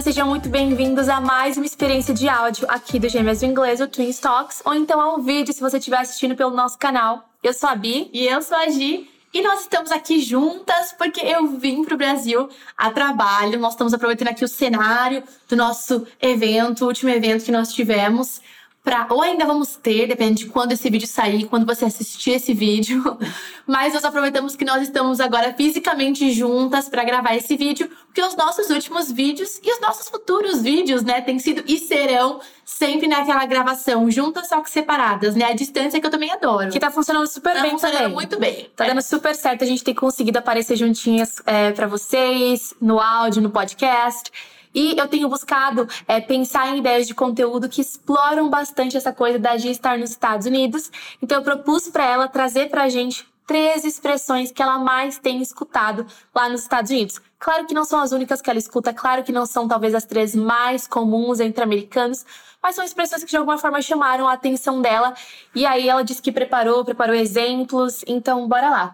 sejam muito bem-vindos a mais uma experiência de áudio aqui do Gêmeas do Inglês, o Twin Talks, ou então a um vídeo se você estiver assistindo pelo nosso canal. Eu sou a Bi. E eu sou a Gi. E nós estamos aqui juntas porque eu vim pro Brasil a trabalho. Nós estamos aproveitando aqui o cenário do nosso evento, o último evento que nós tivemos. Ou ainda vamos ter, depende de quando esse vídeo sair, quando você assistir esse vídeo. Mas nós aproveitamos que nós estamos agora fisicamente juntas para gravar esse vídeo, porque os nossos últimos vídeos e os nossos futuros vídeos, né, têm sido e serão sempre naquela gravação, juntas só que separadas, né? A distância que eu também adoro. Que tá funcionando super bem também. Tá funcionando muito bem. Tá dando super certo, a gente tem conseguido aparecer juntinhas para vocês, no áudio, no podcast. E eu tenho buscado pensar em ideias de conteúdo que exploram bastante essa coisa da Gi estar nos Estados Unidos. Então eu propus para ela trazer pra gente 3 expressões que ela mais tem escutado lá nos Estados Unidos. Claro que não são as únicas que ela escuta, claro que não são talvez as 3 mais comuns entre americanos, mas são expressões que de alguma forma chamaram a atenção dela. E aí ela disse que preparou exemplos, então bora lá.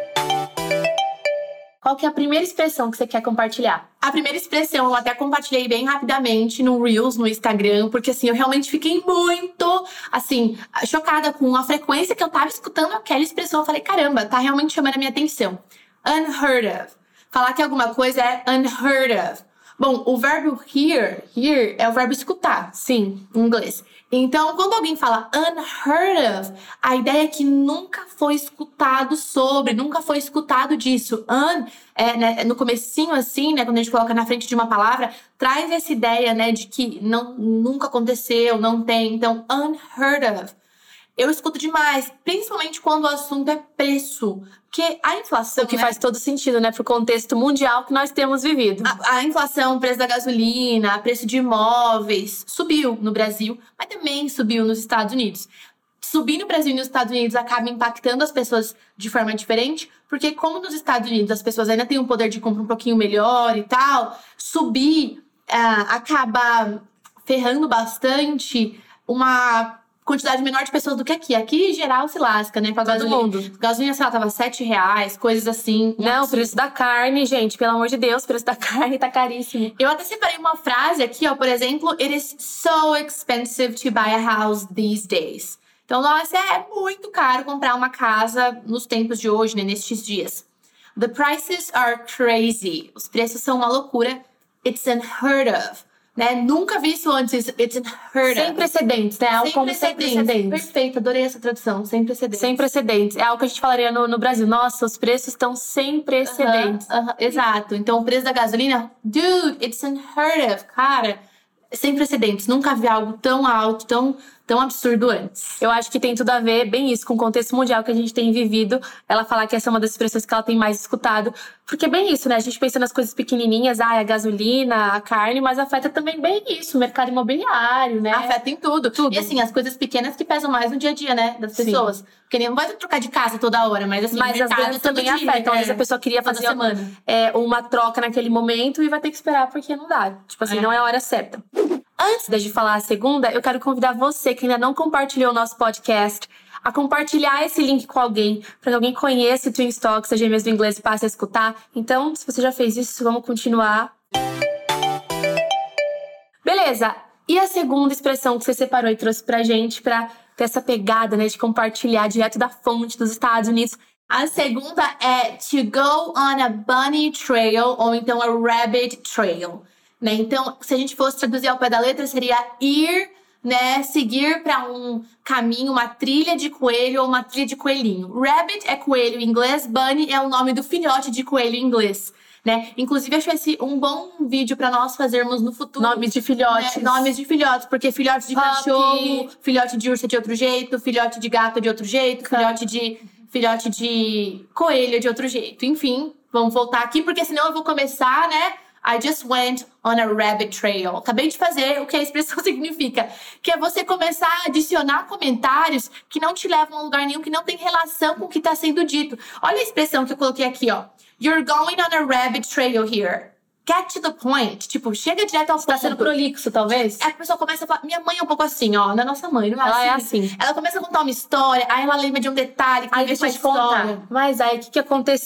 Qual que é a primeira expressão que você quer compartilhar? A primeira expressão eu até compartilhei bem rapidamente no Reels, no Instagram, porque assim, eu realmente fiquei muito, assim, chocada com a frequência que eu tava escutando aquela expressão. Eu falei, caramba, tá realmente chamando a minha atenção. Unheard of. Falar que alguma coisa é unheard of. Bom, o verbo hear é o verbo escutar, sim, em inglês. Então, quando alguém fala unheard of, a ideia é que nunca foi escutado sobre, nunca foi escutado disso. Né, no comecinho, assim, né, quando a gente coloca na frente de uma palavra, traz essa ideia, né, de que nunca aconteceu, não tem. Então, unheard of. Eu escuto demais, principalmente quando o assunto é preço. Porque a inflação, o que faz todo sentido, né? Pro contexto mundial que nós temos vivido. A inflação, o preço da gasolina, o preço de imóveis, subiu no Brasil, mas também subiu nos Estados Unidos. Subir no Brasil e nos Estados Unidos acaba impactando as pessoas de forma diferente, porque como nos Estados Unidos as pessoas ainda têm um poder de compra um pouquinho melhor e tal, subir acaba ferrando bastante uma quantidade menor de pessoas do que aqui. Aqui, em geral, se lasca, né? Com a todo mundo. Gasolina, sei lá, tava R$7, coisas assim. Não, o preço da carne, gente, pelo amor de Deus, o preço da carne tá caríssimo. Eu até separei uma frase aqui, ó, por exemplo, it is so expensive to buy a house these days. Então, nossa, é muito caro comprar uma casa nos tempos de hoje, né? Nestes dias. The prices are crazy. Os preços são uma loucura. It's unheard of. Né? Nunca vi isso antes. It's unheard of. Sem precedentes, né? Algo como sem precedentes. Perfeito, adorei essa tradução. Sem precedentes. Sem precedentes. É algo que a gente falaria no Brasil. Nossa, os preços estão sem precedentes. Exato. Então, o preço da gasolina, dude, it's unheard of. Cara, sem precedentes. Nunca vi algo tão alto, tão absurdo antes. Eu acho que tem tudo a ver, bem isso, com o contexto mundial que a gente tem vivido. Ela falar que essa é uma das expressões que ela tem mais escutado. Porque bem isso, né? A gente pensa nas coisas pequenininhas, a gasolina, a carne, mas afeta também bem isso, o mercado imobiliário, né? Afeta em tudo. E assim, as coisas pequenas que pesam mais no dia a dia, né? Das pessoas. Sim. Porque nem não vai trocar de casa toda hora, mas assim, mas o às vezes também afeta. Às vezes a pessoa queria fazer uma troca naquele momento e vai ter que esperar porque não dá. Tipo assim, não é a hora certa. Antes de falar a segunda, eu quero convidar você que ainda não compartilhou o nosso podcast a compartilhar esse link com alguém, para que alguém conheça o Twin Talks, a Gêmeas do Inglês, e passe a escutar. Então, se você já fez isso, vamos continuar. Beleza, e a segunda expressão que você separou e trouxe pra gente, pra ter essa pegada, né, de compartilhar direto da fonte dos Estados Unidos. A segunda é to go on a bunny trail, ou então a rabbit trail. Né? Então, se a gente fosse traduzir ao pé da letra, seria ir, né, seguir para um caminho, uma trilha de coelho ou uma trilha de coelhinho. Rabbit é coelho em inglês, bunny é o nome do filhote de coelho em inglês. Né? Inclusive, achei esse um bom vídeo para nós fazeros no futuro. Nomes de filhotes. Né? Nomes de filhotes, porque filhote de cachorro, filhote de urso é de outro jeito, filhote de gato é de outro jeito, filhote de coelho é de outro jeito. Enfim, vamos voltar aqui, porque senão eu vou começar, né? I just went on a rabbit trail. Acabei de fazer o que a expressão significa. Que é você começar a adicionar comentários que não te levam a lugar nenhum, que não tem relação com o que está sendo dito. Olha a expressão que eu coloquei aqui, ó. You're going on a rabbit trail here. Get to the point. Tipo, chega direto ao ponto. Tá sendo prolixo, talvez? A pessoa começa a falar... Minha mãe é um pouco assim, ó. Na nossa mãe, não é ela assim? É assim. Ela começa a contar uma história, aí ela lembra de um detalhe que deixa eu te contar. Mas aí, o que aconteceu?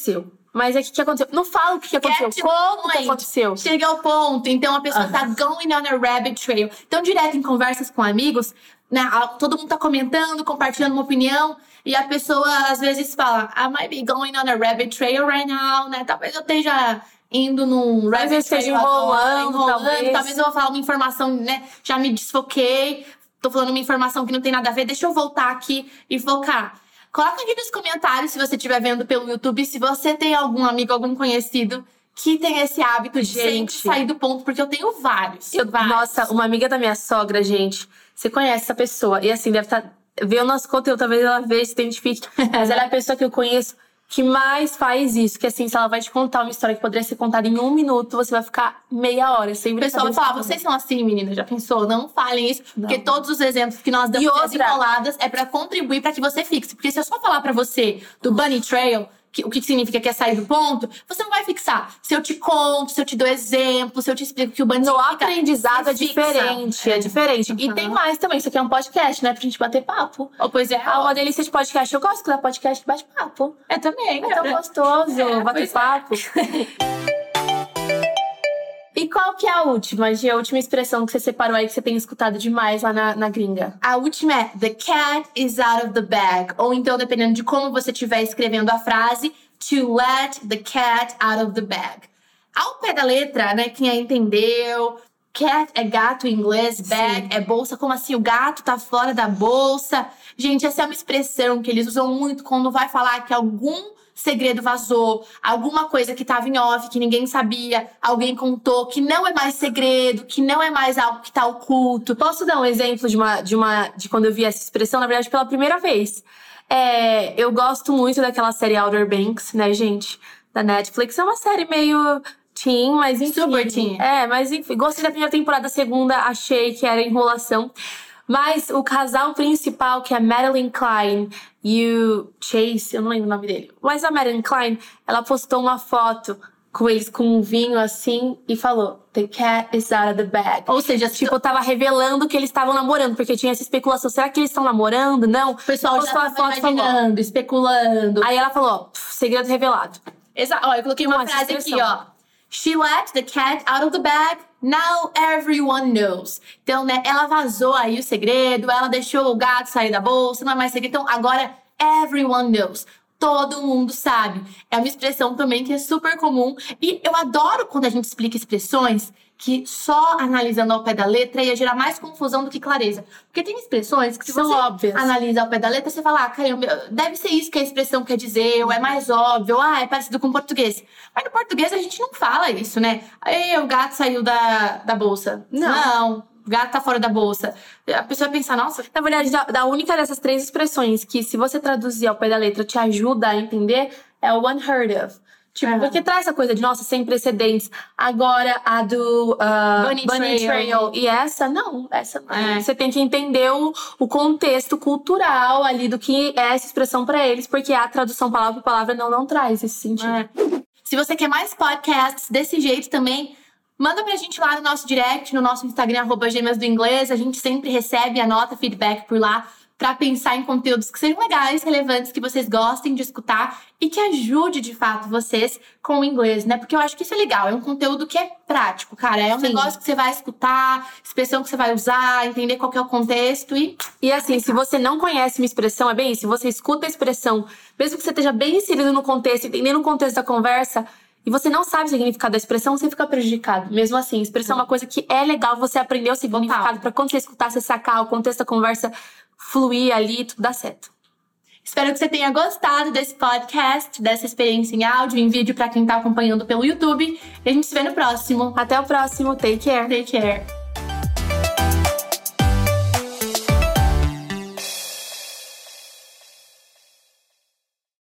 Mas é que aconteceu? Não fala o que aconteceu. Conta o que aconteceu. Chega ao ponto. Então, a pessoa tá going on a rabbit trail. Então, direto em conversas com amigos, né, todo mundo tá comentando, compartilhando uma opinião. E a pessoa, às vezes, fala, I might be going on a rabbit trail right now, né? Talvez eu esteja indo num rabbit trail. Esteja enrolando. Talvez eu vou falar uma informação, né? Já me desfoquei. Tô falando uma informação que não tem nada a ver. Deixa eu voltar aqui e focar. Coloca aqui nos comentários, se você estiver vendo pelo YouTube, se você tem algum amigo, algum conhecido que tem esse hábito de sempre sair do ponto, porque eu tenho vários. Nossa, uma amiga da minha sogra, gente, você conhece essa pessoa. E assim, deve estar vendo o nosso conteúdo, talvez ela veja, se identifique. Mas ela é a pessoa que eu conheço que mais faz isso. Que assim, se ela vai te contar uma história que poderia ser contada em 1 minuto, você vai ficar meia hora. Sem o pessoal vai falar, vocês são assim, meninas, já pensou? Não falem isso. Não. Porque todos os exemplos que nós damos desenroladas é pra contribuir pra que você fixe. Porque se eu só falar pra você do Bunny Trail, o que significa que é sair do ponto, você não vai fixar. Se eu te conto, se eu te dou exemplo, se eu te explico que o bunny significa... No aprendizado é diferente, é diferente. E tem mais também, isso aqui é um podcast, né? Pra gente bater papo. Pois é. Uma delícia de podcast. Eu gosto da podcast bate papo. Eu também. É tão gostoso bater papo. E qual que é a última, Gi? A última expressão que você separou aí, que você tem escutado demais lá na gringa? A última é the cat is out of the bag. Ou então, dependendo de como você estiver escrevendo a frase, to let the cat out of the bag. Ao pé da letra, né, quem entendeu... Cat é gato em inglês, bag é bolsa. Como assim? O gato tá fora da bolsa? Gente, essa é uma expressão que eles usam muito quando vai falar que algum segredo vazou, alguma coisa que tava em off, que ninguém sabia, alguém contou, que não é mais segredo, que não é mais algo que tá oculto. Posso dar um exemplo de quando eu vi essa expressão, na verdade, pela primeira vez? Eu gosto muito daquela série Outer Banks, né, gente? Da Netflix. É uma série meio teen, mas enfim. Super teen. Mas enfim. Gostei da primeira temporada, a segunda achei que era enrolação. Mas o casal principal, que é Madeline Klein e o Chase, eu não lembro o nome dele. Mas a Madeline Klein, ela postou uma foto com eles com um vinho assim e falou: The cat is out of the bag. Ou seja, tipo, tava revelando que eles estavam namorando, porque tinha essa especulação. Será que eles estão namorando? Não. O pessoal já tava imaginando, especulando. Aí ela falou: segredo revelado. Exato. Ó, eu coloquei uma frase aqui, ó. She let the cat out of the bag. Now everyone knows. Então, né, ela vazou aí o segredo, ela deixou o gato sair da bolsa, não é mais segredo. Então, agora everyone knows. Todo mundo sabe. É uma expressão também que é super comum. E eu adoro quando a gente explica expressões que só analisando ao pé da letra ia gerar mais confusão do que clareza. Porque tem expressões que se você analisa ao pé da letra, você fala, caramba, deve ser isso que a expressão quer dizer, ou é mais óbvio, ou é parecido com o português. Mas no português a gente não fala isso, né? Aí o gato saiu da bolsa. Não. O gato tá fora da bolsa. A pessoa pensa, nossa... Na verdade, da única dessas 3 expressões que, se você traduzir ao pé da letra, te ajuda a entender, é o unheard of. Tipo, porque traz essa coisa de, nossa, sem precedentes. Agora, a do Bunny Trail. E essa não. Você tem que entender o contexto cultural ali do que é essa expressão pra eles. Porque a tradução palavra por palavra não traz esse sentido. Se você quer mais podcasts desse jeito também, manda pra gente lá no nosso direct, no nosso Instagram, @gêmeasdoinglês. A gente sempre recebe, anota feedback por lá, pra pensar em conteúdos que sejam legais, relevantes, que vocês gostem de escutar e que ajude, de fato, vocês com o inglês, né? Porque eu acho que isso é legal, é um conteúdo que é prático, cara. É um negócio que você vai escutar, expressão que você vai usar, entender qual que é o contexto E assim, se você não conhece uma expressão, é bem isso. Se você escuta a expressão, mesmo que você esteja bem inserido no contexto, entendendo o contexto da conversa, e você não sabe o significado da expressão, você fica prejudicado. Mesmo assim, expressão é uma coisa que é legal você aprender o significado pra quando você escutar, você sacar o contexto da conversa, fluir ali, tudo dá certo. Espero que você tenha gostado desse podcast, dessa experiência em áudio, em vídeo pra quem tá acompanhando pelo YouTube. E a gente se vê no próximo. Até o próximo. Take care. Take care.